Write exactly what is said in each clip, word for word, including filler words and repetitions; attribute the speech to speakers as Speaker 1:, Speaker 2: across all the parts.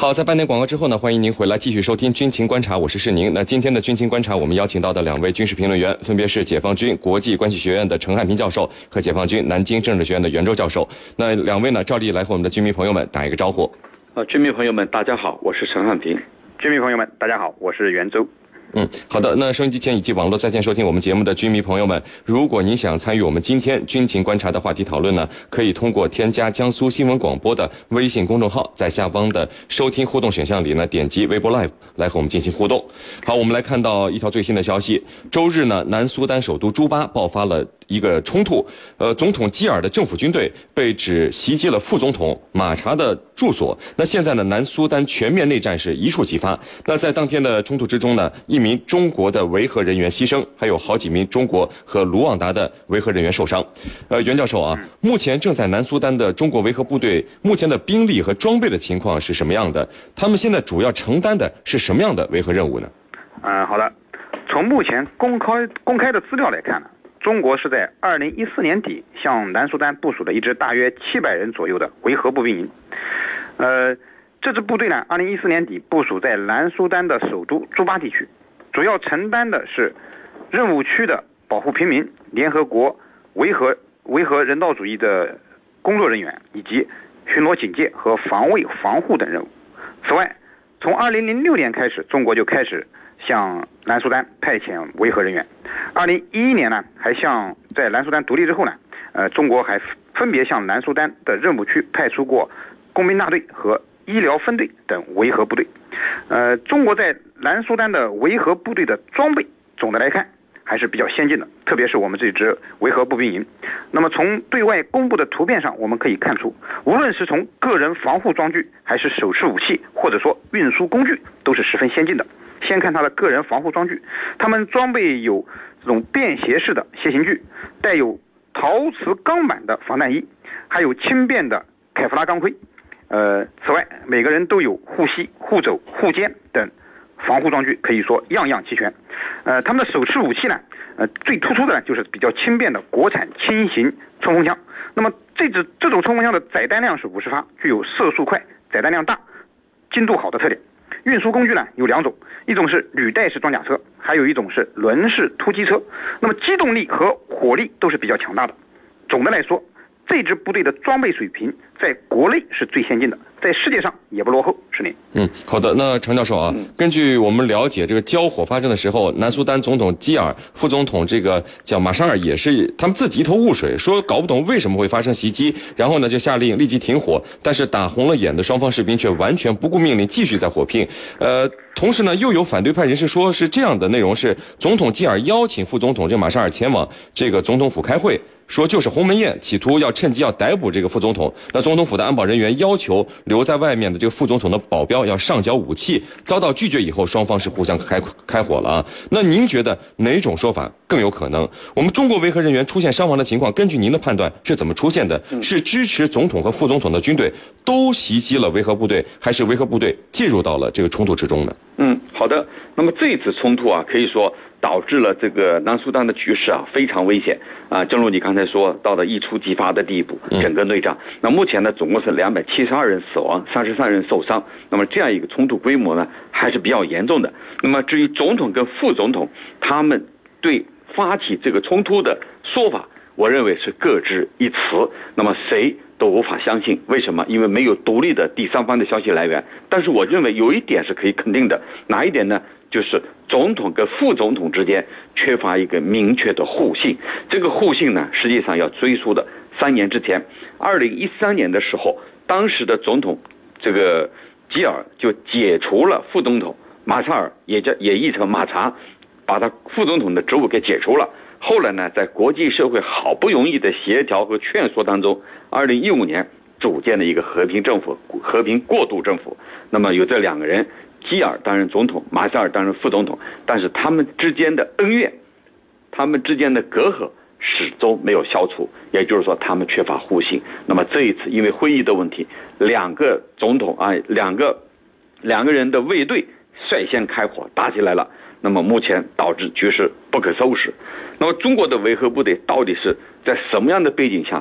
Speaker 1: 好，在半点广告之后呢，欢迎您回来继续收听军情观察，我是世宁。那今天的军情观察，我们邀请到的两位军事评论员，分别是解放军国际关系学院的陈汉平教授和解放军南京政治学院的袁周教授。那两位呢，照例来和我们的军迷朋友们打一个招呼。
Speaker 2: 呃，军迷朋友们，大家好，我是陈汉平。
Speaker 3: 军迷朋友们，大家好，我是袁周。
Speaker 1: 嗯，好的。那收音机前以及网络在线收听我们节目的军迷朋友们，如果您想参与我们今天军情观察的话题讨论呢，可以通过添加江苏新闻广播的微信公众号，在下方的收听互动选项里呢，点击微博 Live 来和我们进行互动。好，我们来看到一条最新的消息，周日呢，南苏丹首都朱巴爆发了一个冲突，呃，总统基尔的政府军队被指袭击了副总统马查的住所。那现在呢，南苏丹全面内战是一触即发。那在当天的冲突之中呢，一名中国的维和人员牺牲，还有好几名中国和卢旺达的维和人员受伤。呃，袁教授啊，目前正在南苏丹的中国维和部队目前的兵力和装备的情况是什么样的？他们现在主要承担的是什么样的维和任务呢？
Speaker 3: 嗯、呃，好的。从目前公开公开的资料来看呢，中国是在二零一四年底向南苏丹部署了一支大约七百人左右的维和步兵营。呃，这支部队呢，二零一四年底部署在南苏丹的首都朱巴地区，主要承担的是任务区的保护平民、联合国维和维和人道主义的工作人员，以及巡逻警戒和防卫防护等任务。此外，从二零零六年开始，中国就开始向南苏丹派遣维和人员。二零一一年呢，还向在南苏丹独立之后呢，呃，中国还分别向南苏丹的任务区派出过工兵大队和医疗分队等维和部队。呃，中国在南苏丹的维和部队的装备总的来看还是比较先进的，特别是我们这支维和步兵营。那么从对外公布的图片上，我们可以看出，无论是从个人防护装具，还是手持武器，或者说运输工具，都是十分先进的。先看它的个人防护装具，他们装备有这种便携式的楔形锯，带有陶瓷钢板的防弹衣，还有轻便的凯夫拉钢盔。呃，此外，每个人都有护膝、护肘、护肩等防护装具，可以说样样齐全。呃，他们的手持武器呢，呃，最突出的呢就是比较轻便的国产轻型冲锋枪。那么这支这种冲锋枪的载弹量是五十发，具有射速快、载弹量大、精度好的特点。运输工具呢有两种，一种是履带式装甲车，还有一种是轮式突击车。那么机动力和火力都是比较强大的。总的来说，这支部队的装备水平在国内是最先进的，在世界上也不落后。是您。
Speaker 1: 嗯，好的。那程教授啊，嗯、根据我们了解，这个交火发生的时候，南苏丹总统基尔、副总统这个叫马沙尔也是他们自己一头雾水，说搞不懂为什么会发生袭击，然后呢就下令立即停火，但是打红了眼的双方士兵却完全不顾命令，继续在火拼。呃，同时呢又有反对派人士说是这样的内容是总统基尔邀请副总统这马沙尔前往这个总统府开会。说就是鸿门宴，企图要趁机要逮捕这个副总统。那总统府的安保人员要求留在外面的这个副总统的保镖要上缴武器，遭到拒绝以后，双方是互相开开火了啊。那您觉得哪种说法更有可能？我们中国维和人员出现伤亡的情况，根据您的判断是怎么出现的？是支持总统和副总统的军队都袭击了维和部队，还是维和部队介入到了这个冲突之中呢？
Speaker 2: 嗯，好的。那么这次冲突啊，可以说导致了这个南苏丹的局势啊非常危险啊，正如你刚才说到的一触即发的地步，整个内战。那目前呢，总共是两百七十二人死亡，三十三人受伤。那么这样一个冲突规模呢，还是比较严重的。那么至于总统跟副总统他们对发起这个冲突的说法，我认为是各执一词。那么谁都无法相信，为什么？因为没有独立的第三方的消息来源。但是我认为有一点是可以肯定的，哪一点呢？就是总统跟副总统之间缺乏一个明确的互信。这个互信呢，实际上要追溯的三年之前，二零一三年的时候，当时的总统这个基尔就解除了副总统马沙尔，也叫也译成马查，把他副总统的职务给解除了。后来呢，在国际社会好不容易的协调和劝说当中，二零一五年组建了一个和平政府、和平过渡政府。那么有这两个人，基尔担任总统，马沙尔担任副总统，但是他们之间的恩怨，他们之间的隔阂始终没有消除，也就是说他们缺乏互信。那么这一次因为会议的问题，两个总统啊，两个两个人的卫队率先开火打起来了。那么目前导致局势不可收拾。那么中国的维和部队到底是在什么样的背景下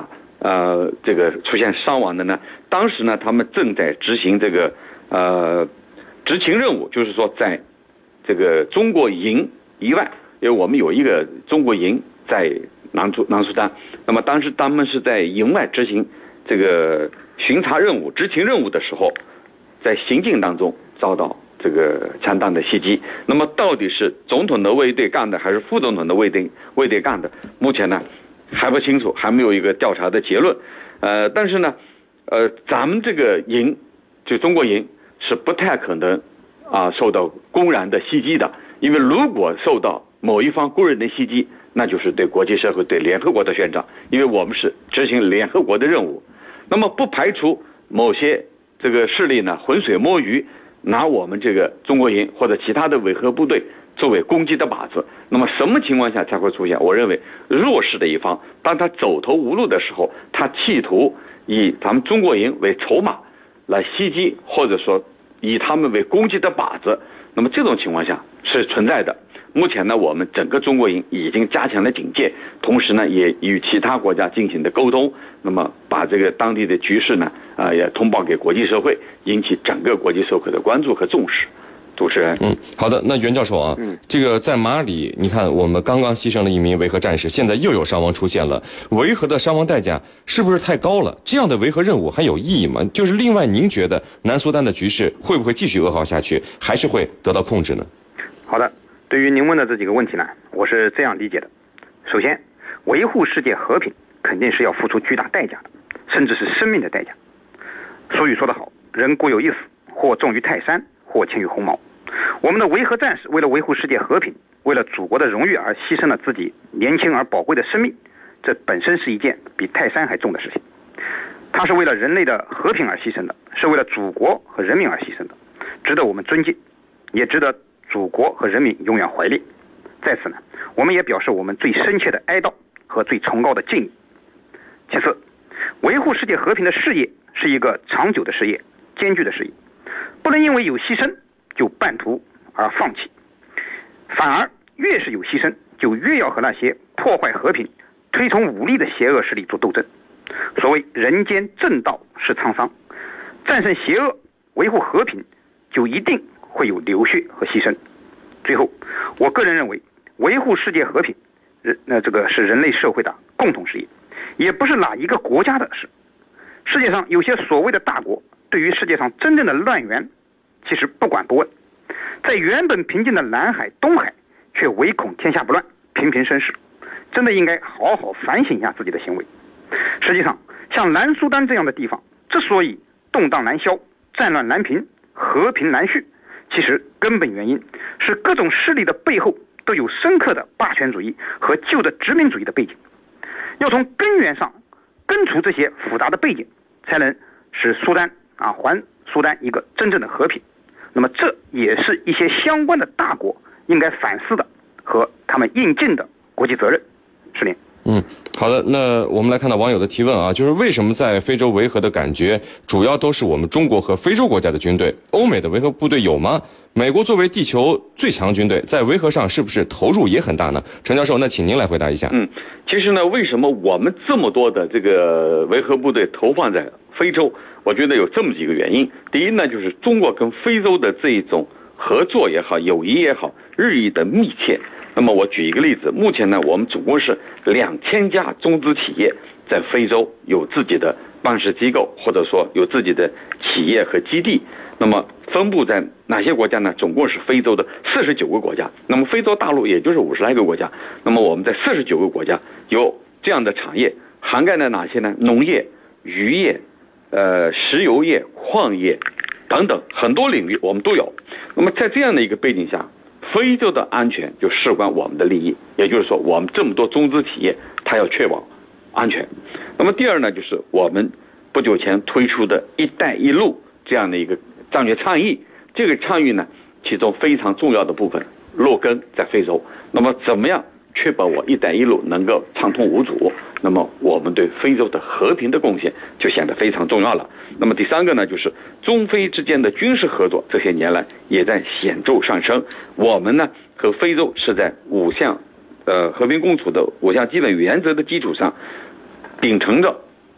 Speaker 2: 呃这个出现伤亡的呢？当时呢，他们正在执行这个呃执勤任务，就是说在这个中国营以外，因为我们有一个中国营在南苏南苏丹，那么当时他们是在营外执行这个巡查任务、执勤任务的时候，在行进当中遭到这个枪弹的袭击。那么到底是总统的卫队干的，还是副总统的卫队卫队干的？目前呢还不清楚，还没有一个调查的结论。呃，但是呢，呃，咱们这个营，就中国营是不太可能啊受到公然的袭击的，因为如果受到某一方公然的袭击，那就是对国际社会、对联合国的宣战，因为我们是执行联合国的任务。那么不排除某些这个势力呢浑水摸鱼，拿我们这个中国营或者其他的维和部队作为攻击的靶子。那么什么情况下才会出现？我认为弱势的一方，当他走投无路的时候，他企图以咱们中国营为筹码来袭击，或者说以他们为攻击的靶子，那么这种情况下是存在的。目前呢，我们整个中国营已经加强了警戒，同时呢，也与其他国家进行的沟通，那么把这个当地的局势呢，啊、呃，也通报给国际社会，引起整个国际社会的关注和重视。主持人，
Speaker 1: 嗯，好的，那袁教授啊，嗯，这个在马里，你看我们刚刚牺牲了一名维和战士，现在又有伤亡出现了，维和的伤亡代价是不是太高了？这样的维和任务还有意义吗？就是另外，您觉得南苏丹的局势会不会继续恶化下去，还是会得到控制呢？
Speaker 3: 好的。对于您问的这几个问题呢，我是这样理解的。首先，维护世界和平肯定是要付出巨大代价的，甚至是生命的代价。俗语说得好，人固有一死，或重于泰山，或轻于鸿毛。我们的维和战士为了维护世界和平，为了祖国的荣誉而牺牲了自己年轻而宝贵的生命，这本身是一件比泰山还重的事情。他是为了人类的和平而牺牲的，是为了祖国和人民而牺牲的，值得我们尊敬，也值得祖国和人民永远怀念。在此呢，我们也表示我们最深切的哀悼和最崇高的敬意。其次，维护世界和平的事业是一个长久的事业，艰巨的事业，不能因为有牺牲就半途而放弃，反而越是有牺牲，就越要和那些破坏和平、推崇武力的邪恶势力做斗争。所谓人间正道是沧桑，战胜邪恶、维护和平，就一定会有流血和牺牲。最后，我个人认为，维护世界和平，人那这个是人类社会的共同事业，也不是哪一个国家的事。世界上有些所谓的大国，对于世界上真正的乱源，其实不管不问，在原本平静的南海、东海，却唯恐天下不乱，频频生事，真的应该好好反省一下自己的行为。实际上，像南苏丹这样的地方，之所以动荡难消、战乱难平、和平难续，其实根本原因是各种势力的背后都有深刻的霸权主义和旧的殖民主义的背景。要从根源上根除这些复杂的背景，才能使苏丹啊还苏丹一个真正的和平。那么这也是一些相关的大国应该反思的和他们应尽的国际责任。是您。
Speaker 1: 嗯，好的，那我们来看到网友的提问啊，就是为什么在非洲维和的感觉主要都是我们中国和非洲国家的军队，欧美的维和部队有吗？美国作为地球最强军队，在维和上是不是投入也很大呢？陈教授，那请您来回答一下。
Speaker 2: 嗯，其实呢，为什么我们这么多的这个维和部队投放在非洲？我觉得有这么几个原因。第一呢，就是中国跟非洲的这一种合作也好，友谊也好，日益的密切。那么我举一个例子，目前呢，我们总共是两千家中资企业在非洲有自己的办事机构，或者说有自己的企业和基地。那么分布在哪些国家呢？总共是非洲的四十九个国家。那么非洲大陆也就是五十来个国家。那么我们在四十九个国家有这样的产业，涵盖了哪些呢？农业、渔业、呃石油业、矿业等等很多领域我们都有。那么在这样的一个背景下，非洲的安全就事关我们的利益，也就是说我们这么多中资企业它要确保安全。那么第二呢，就是我们不久前推出的一带一路这样的一个战略倡议，这个倡议呢，其中非常重要的部分落根在非洲。那么怎么样确保我一带一路能够畅通无阻，那么我们对非洲的和平的贡献就显得非常重要了。那么第三个呢，就是中非之间的军事合作这些年来也在显著上升。我们呢和非洲是在五项呃和平共处的五项基本原则的基础上，秉承着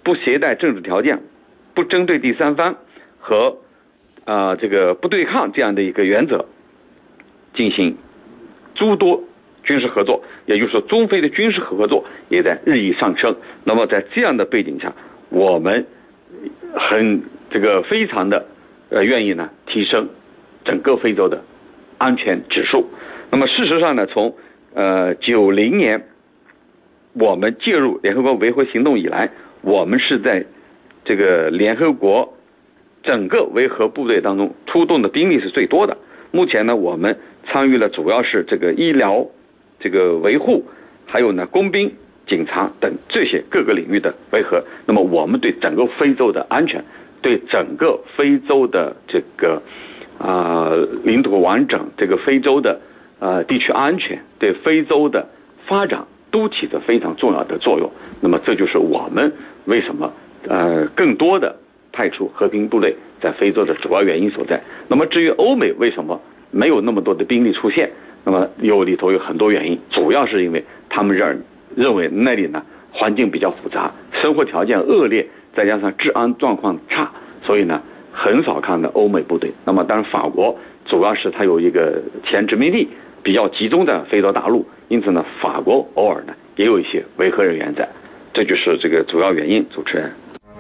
Speaker 2: 不携带政治条件、不针对第三方和啊、呃、这个不对抗这样的一个原则进行诸多军事合作，也就是说中非的军事合作也在日益上升。那么在这样的背景下，我们很这个非常的呃愿意呢提升整个非洲的安全指数。那么事实上呢，从呃九零年我们介入联合国维和行动以来，我们是在这个联合国整个维和部队当中出动的兵力是最多的。目前呢，我们参与了主要是这个医疗、这个维护，还有呢工兵、警察等这些各个领域的维和。那么我们对整个非洲的安全，对整个非洲的这个啊、呃、领土完整，这个非洲的呃地区安全，对非洲的发展都起着非常重要的作用。那么这就是我们为什么呃更多的派出和平部队在非洲的主要原因所在。那么至于欧美为什么没有那么多的兵力出现，那么有里头有很多原因，主要是因为他们认认为那里呢环境比较复杂，生活条件恶劣，再加上治安状况差，所以呢很少看到欧美部队。那么当然法国主要是它有一个前殖民地比较集中在非洲大陆，因此呢法国偶尔呢也有一些维和人员在，这就是这个主要原因。主持人，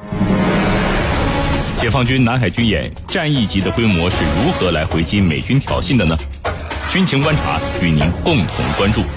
Speaker 4: 解放军南海军演战役级的规模是如何来回击美军挑衅的呢？军情观察与您共同关注。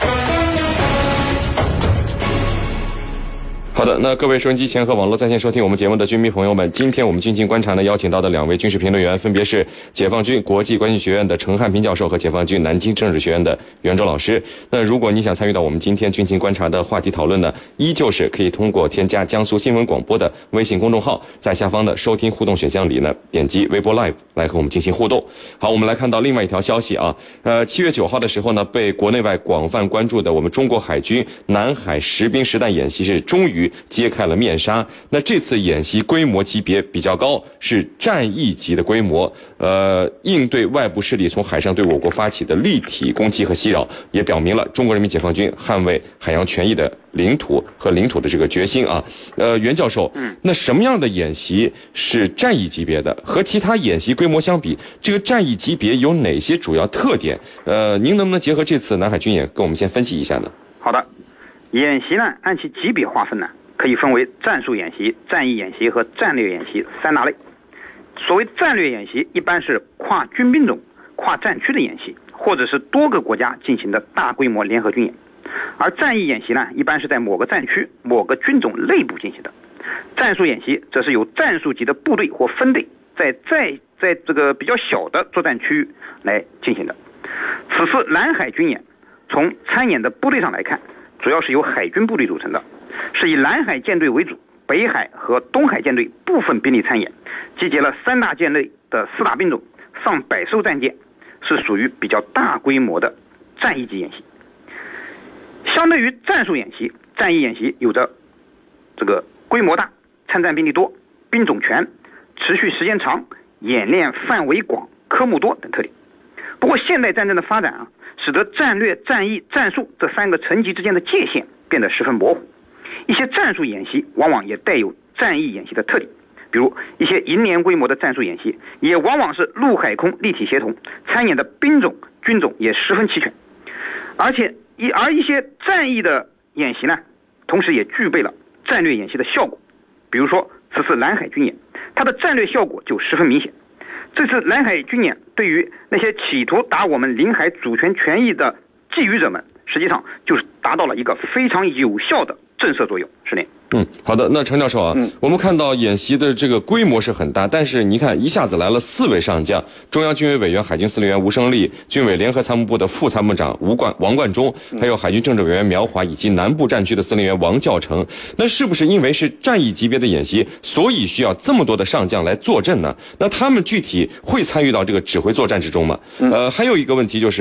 Speaker 1: 好的，那各位收音机前和网络在线收听我们节目的军迷朋友们，今天我们军情观察呢邀请到的两位军事评论员分别是解放军国际关系学院的程汉平教授和解放军南京政治学院的袁周老师。那如果你想参与到我们今天军情观察的话题讨论呢，依旧是可以通过添加江苏新闻广播的微信公众号，在下方的收听互动选项里呢点击微博 Live 来和我们进行互动。好，我们来看到另外一条消息啊，呃，七月九号的时候呢，被国内外广泛关注的我们中国海军南海实兵实弹演习是终于揭开了面纱。那这次演习规模级别比较高，是战役级的规模，呃，应对外部势力从海上对我国发起的立体攻击和袭扰，也表明了中国人民解放军捍卫海洋权益的领土和领土的这个决心啊。呃，袁教授，那什么样的演习是战役级别的？和其他演习规模相比，这个战役级别有哪些主要特点？呃，您能不能结合这次南海军演跟我们先分析一下呢？
Speaker 3: 好的，演习呢按其级别划分呢，可以分为战术演习、战役演习和战略演习三大类。所谓战略演习，一般是跨军兵种、跨战区的演习，或者是多个国家进行的大规模联合军演。而战役演习呢，一般是在某个战区、某个军种内部进行的。战术演习则是由战术级的部队或分队在在在这个比较小的作战区域来进行的。此次南海军演，从参演的部队上来看，主要是由海军部队组成的，是以南海舰队为主，北海和东海舰队部分兵力参演，集结了三大舰类的四大兵种，上百艘战舰，是属于比较大规模的战役级演习。相对于战术演习，战役演习有着这个规模大、参战兵力多、兵种全、持续时间长、演练范围广、科目多等特点。不过现代战争的发展啊，使得战略、战役、战术这三个层级之间的界限变得十分模糊。一些战术演习往往也带有战役演习的特点，比如一些营年规模的战术演习，也往往是陆海空立体协同，参演的兵种、军种也十分齐全。而且一而一些战役的演习呢，同时也具备了战略演习的效果。比如说此次南海军演，它的战略效果就十分明显。这次南海军演对于那些企图打我们领海主权权益的觊觎者们，实际上就是达到了一个非常有效的震慑作用。是的。
Speaker 1: 嗯，好的。那程教授啊，嗯，我们看到演习的这个规模是很大，但是你看一下子来了四位上将，中央军委委员、海军司令员吴胜利，军委联合参谋部的副参谋长吴冠王冠中，还有海军政治委员苗华，以及南部战区的司令员王教成。那是不是因为是战役级别的演习，所以需要这么多的上将来坐镇呢？那他们具体会参与到这个指挥作战之中吗？呃，还有一个问题就是，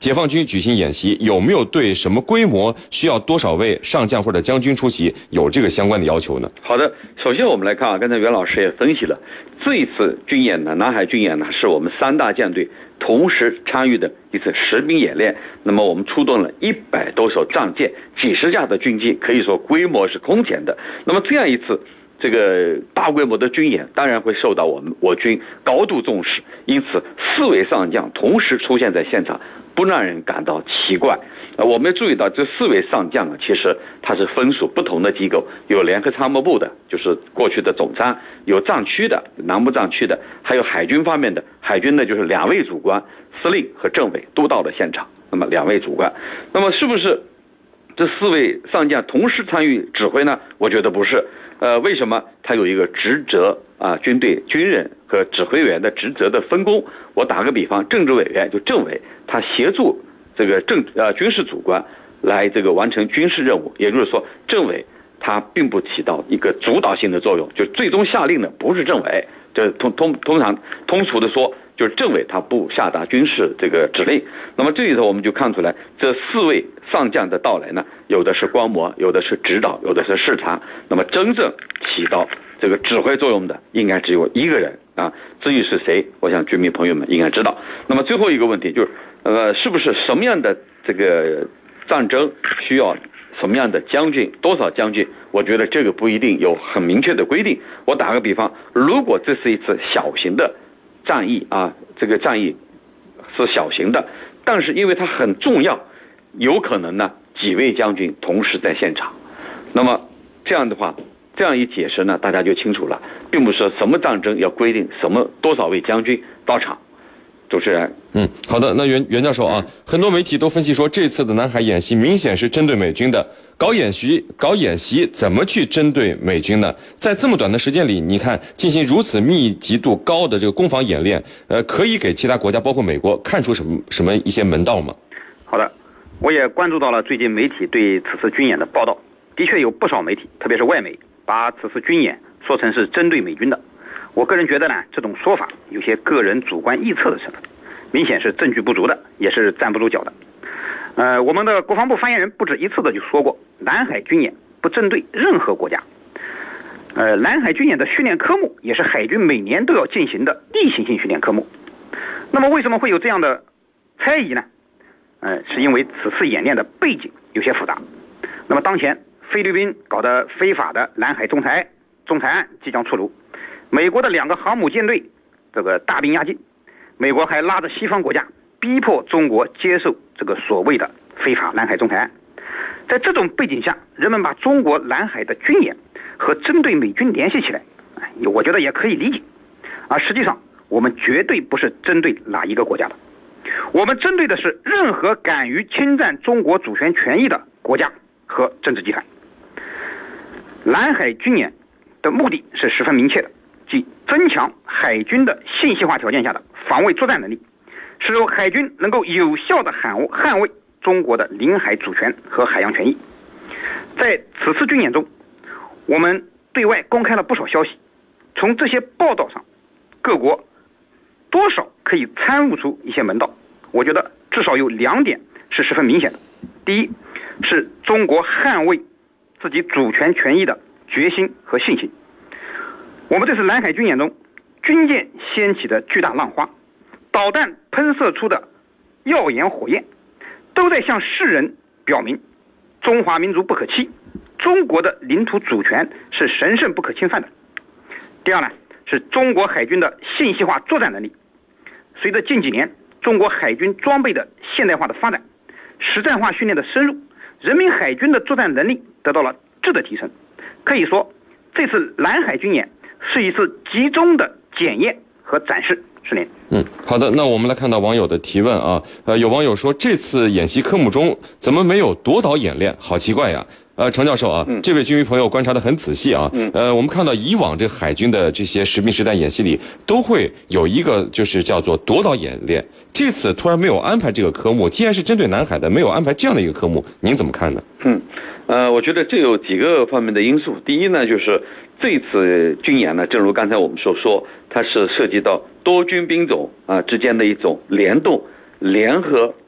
Speaker 1: 解放军举行演习，有没有对什么规模、需要多少位上将或者将军出席有这个相关的要求呢？
Speaker 2: 好的，首先我们来看啊，刚才袁老师也分析了，这一次军演呢，南海军演呢，是我们三大舰队同时参与的一次实兵演练。那么我们出动了一百多艘战舰，几十架的军机，可以说规模是空前的。那么这样一次这个大规模的军演，当然会受到我们我军高度重视，因此四位上将同时出现在现场，不让人感到奇怪。呃，我们注意到这四位上将啊，其实他是分属不同的机构，有联合参谋部的，就是过去的总参，有战区的，南部战区的，还有海军方面的，海军呢就是两位主官，司令和政委都到了现场。那么两位主官，那么是不是这四位上将同时参与指挥呢？我觉得不是。呃，为什么？他有一个职责啊，军队军人和指挥员的职责的分工。我打个比方，政治委员就政委，他协助这个政呃军事主官来这个完成军事任务，也就是说，政委他并不起到一个主导性的作用，就最终下令的不是政委，这通通通常通俗的说，就是政委他不下达军事这个指令。那么这里头我们就看出来，这四位上将的到来呢，有的是观摩，有的是指导，有的是视察。那么真正起到这个指挥作用的，应该只有一个人啊。至于是谁，我想军迷朋友们应该知道。那么最后一个问题就是，呃，是不是什么样的这个战争需要什么样的将军，多少将军？我觉得这个不一定有很明确的规定。我打个比方，如果这是一次小型的战役啊，这个战役是小型的，但是因为它很重要，有可能呢几位将军同时在现场。那么这样的话，这样一解释呢，大家就清楚了，并不是说什么战争要规定什么多少位将军到场。主持人，
Speaker 1: 嗯，好的。那袁袁教授啊，很多媒体都分析说，这次的南海演习明显是针对美军的。搞演习，搞演习怎么去针对美军呢？在这么短的时间里，你看进行如此密集度高的这个攻防演练，呃，可以给其他国家，包括美国，看出什么什么一些门道吗？
Speaker 3: 好的，我也关注到了最近媒体对此次军演的报道，的确有不少媒体，特别是外媒，把此次军演说成是针对美军的。我个人觉得呢，这种说法有些个人主观臆测的成分，明显是证据不足的，也是站不住脚的。呃，我们的国防部发言人不止一次的就说过，南海军演不针对任何国家。呃，南海军演的训练科目也是海军每年都要进行的例行性训练科目。那么为什么会有这样的猜疑呢？呃，是因为此次演练的背景有些复杂。那么当前菲律宾搞的非法的南海仲裁仲裁案即将出炉，美国的两个航母舰队这个大兵压境，美国还拉着西方国家逼迫中国接受这个所谓的非法南海仲裁案。在这种背景下，人们把中国南海的军演和针对美军联系起来，我觉得也可以理解。而实际上，我们绝对不是针对哪一个国家的，我们针对的是任何敢于侵占中国主权权益的国家和政治集团。南海军演的目的是十分明确的，即增强海军的信息化条件下的防卫作战能力，使海军能够有效地捍卫中国的领海主权和海洋权益。在此次军演中，我们对外公开了不少消息，从这些报道上，各国多少可以参悟出一些门道。我觉得至少有两点是十分明显的。第一，是中国捍卫自己主权权益的决心和信心。我们这次南海军演中，军舰掀起的巨大浪花，导弹喷射出的耀眼火焰，都在向世人表明中华民族不可欺，中国的领土主权是神圣不可侵犯的。第二呢，是中国海军的信息化作战能力。随着近几年中国海军装备的现代化的发展，实战化训练的深入，人民海军的作战能力得到了质的提升。可以说，这次南海军演是一次集中的检验和展示。是您。
Speaker 1: 嗯，好的。那我们来看到网友的提问啊，呃，有网友说这次演习科目中怎么没有夺岛演练？好奇怪呀。呃，程教授啊，嗯、这位军迷朋友观察得很仔细啊。嗯、呃，我们看到以往这海军的这些实兵实弹演习里，都会有一个就是叫做夺岛演练。这次突然没有安排这个科目，既然是针对南海的，没有安排这样的一个科目，您怎么看呢？
Speaker 2: 嗯，呃，我觉得这有几个方面的因素。第一呢，就是这次军演呢，正如刚才我们所说，它是涉及到多军兵种啊之间的一种联动、联合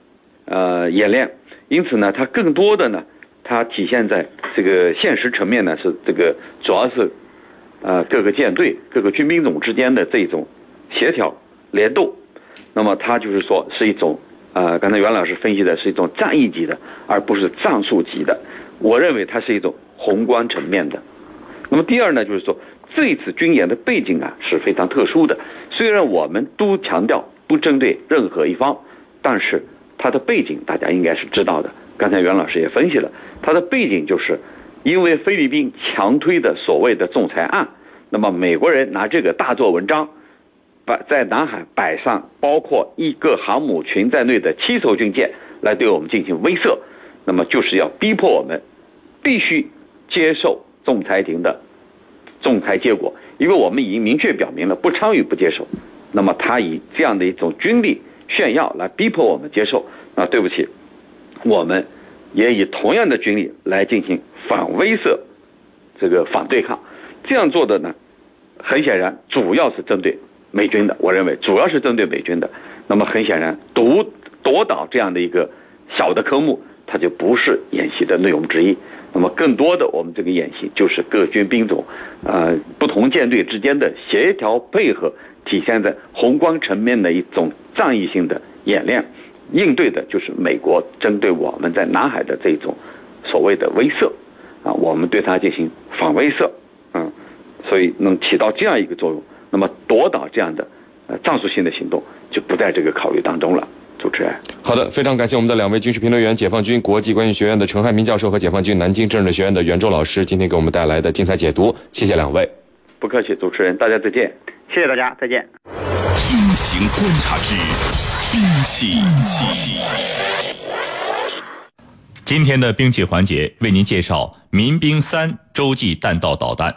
Speaker 2: 呃演练，因此呢，它更多的呢，它体现在这个现实层面呢，是这个主要是呃各个舰队、各个军兵种之间的这种协调联动。那么它就是说是一种呃，刚才袁老师分析的是一种战役级的，而不是战术级的。我认为它是一种宏观层面的。那么第二呢，就是说这一次军演的背景啊是非常特殊的。虽然我们都强调不针对任何一方，但是它的背景大家应该是知道的。刚才袁老师也分析了，它的背景就是因为菲律宾强推的所谓的仲裁案，那么美国人拿这个大做文章，把在南海摆上包括一个航母群在内的七艘军舰来对我们进行威慑，那么就是要逼迫我们必须接受仲裁庭的仲裁结果，因为我们已经明确表明了不参与不接受。那么他以这样的一种军力炫耀来逼迫我们接受，那对不起，我们也以同样的军力来进行反威慑这个反对抗。这样做的呢，很显然主要是针对美军的，我认为主要是针对美军的。那么很显然夺夺岛这样的一个小的科目，它就不是演习的内容之一。那么更多的我们这个演习就是各军兵种呃不同舰队之间的协调配合，体现在宏观层面的一种战役性的演练，应对的就是美国针对我们在南海的这种所谓的威慑啊，我们对它进行反威慑，嗯，所以能起到这样一个作用。那么夺岛这样的呃战术性的行动就不在这个考虑当中了。主持人，
Speaker 1: 好的，非常感谢我们的两位军事评论员，解放军国际关系学院的陈汉民教授和解放军南京政治学院的袁周老师，今天给我们带来的精彩解读，谢谢两位。
Speaker 2: 不客气，主持人，大家再见。
Speaker 3: 谢谢大家，再见。
Speaker 4: 军情观察之兵器。今天的兵器环节为您介绍民兵三洲际弹道导弹。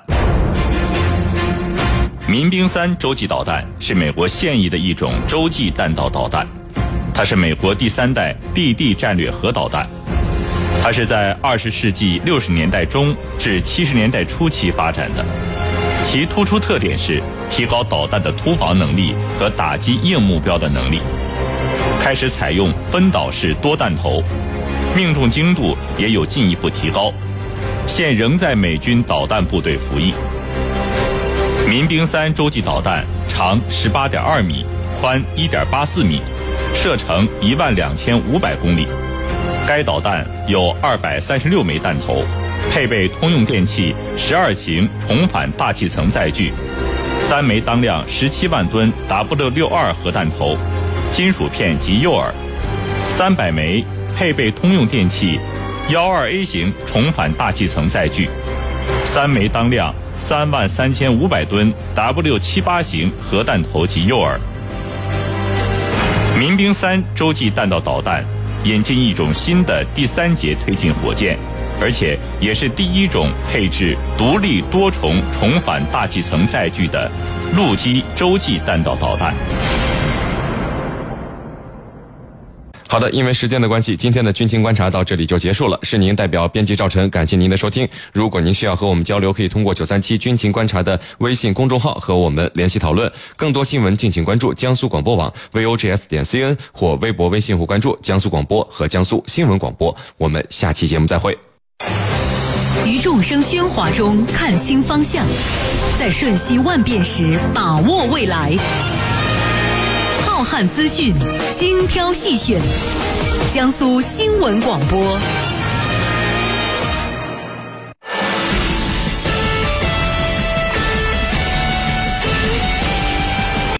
Speaker 4: 民兵三洲际导弹是美国现役的一种洲际弹道导弹，它是美国第三代地地战略核导弹。它是在二十世纪六十年代中至七十年代初期发展的，其突出特点是提高导弹的突防能力和打击硬目标的能力。开始采用分导式多弹头，命中精度也有进一步提高，现仍在美军导弹部队服役。民兵三洲际导弹长 十八点二米，宽 一点八四米，射程一万两千五百公里。该导弹有二百三十六枚弹头，配备通用电气十二型重返大气层载具，三枚当量十七万吨 W 六十二 核弹头，金属片及诱饵，三百枚配备通用电气幺二 A 型重返大气层载具，三枚当量三万三千五百吨 W 七十八 型核弹头及诱饵。民兵三洲际弹道导弹引进一种新的第三节推进火箭，而且也是第一种配置独立多重重返大气层载具的陆基洲际弹道导弹。
Speaker 1: 好的，因为时间的关系，今天的军情观察到这里就结束了。是您代表编辑赵晨，感谢您的收听。如果您需要和我们交流，可以通过九三七军情观察的微信公众号和我们联系讨论。更多新闻敬请关注江苏广播网 V O G S 点 C N 或微博、微信户关注江苏广播和江苏新闻广播。我们下期节目再会。
Speaker 5: 于众生喧哗中看清方向，在瞬息万变时把握未来。浩瀚资讯，精挑细选，江苏新闻广播。